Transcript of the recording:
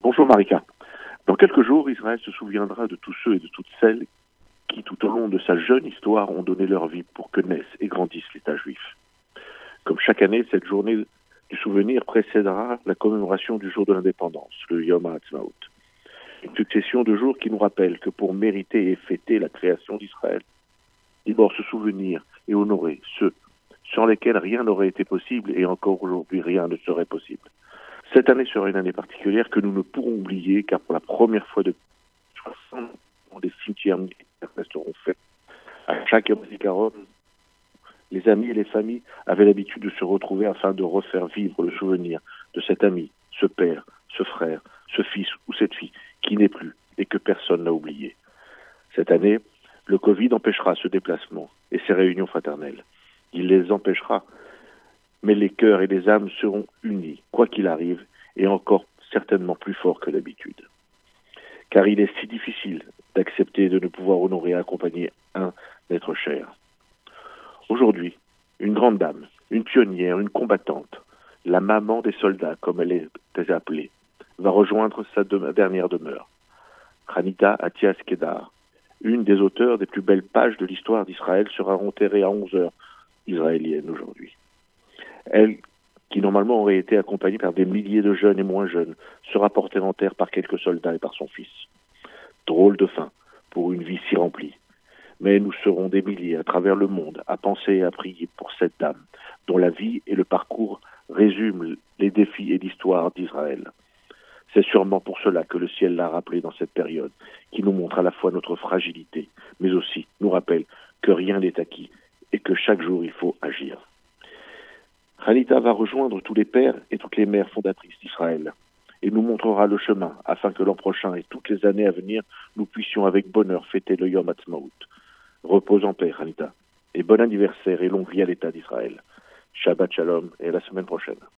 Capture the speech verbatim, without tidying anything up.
Bonjour Marika. Dans quelques jours, Israël se souviendra de tous ceux et de toutes celles qui, tout au long de sa jeune histoire, ont donné leur vie pour que naisse et grandisse l'État juif. Comme chaque année, cette journée du souvenir précédera la commémoration du jour de l'indépendance, le Yom HaAtzmaut. Une succession de jours qui nous rappellent que pour mériter et fêter la création d'Israël, il faut se souvenir et honorer ceux sans lesquels rien n'aurait été possible et encore aujourd'hui rien ne serait possible. Cette année sera une année particulière que nous ne pourrons oublier car pour la première fois depuis soixante ans, des cimetières militaires resteront faits. À chaque Yom HaZikaron, les amis et les familles avaient l'habitude de se retrouver afin de refaire vivre le souvenir de cet ami, ce père, ce frère, ce fils ou cette fille qui n'est plus et que personne n'a oublié. Cette année, le Covid empêchera ce déplacement et ces réunions fraternelles. Il les empêchera, mais les cœurs et les âmes seront unis, quoi qu'il arrive, et encore certainement plus forts que d'habitude. Car il est si difficile d'accepter de ne pouvoir honorer et accompagner un être cher. Aujourd'hui, une grande dame, une pionnière, une combattante, la maman des soldats, comme elle est appelée, va rejoindre sa de- dernière demeure. Hanita Atias Kedar, une des auteurs des plus belles pages de l'histoire d'Israël, sera enterrée à onze heures israéliennes aujourd'hui. Elle, qui normalement aurait été accompagnée par des milliers de jeunes et moins jeunes, sera portée en terre par quelques soldats et par son fils. Drôle de fin pour une vie si remplie. Mais nous serons des milliers à travers le monde à penser et à prier pour cette dame, dont la vie et le parcours résument les défis et l'histoire d'Israël. C'est sûrement pour cela que le ciel l'a rappelé dans cette période, qui nous montre à la fois notre fragilité, mais aussi nous rappelle que rien n'est acquis et que chaque jour il faut agir. Hanita va rejoindre tous les pères et toutes les mères fondatrices d'Israël et nous montrera le chemin afin que l'an prochain et toutes les années à venir, nous puissions avec bonheur fêter le Yom HaAtzmaut. Repose en paix, Hanita, et bon anniversaire et longue vie à l'État d'Israël. Shabbat Shalom et à la semaine prochaine.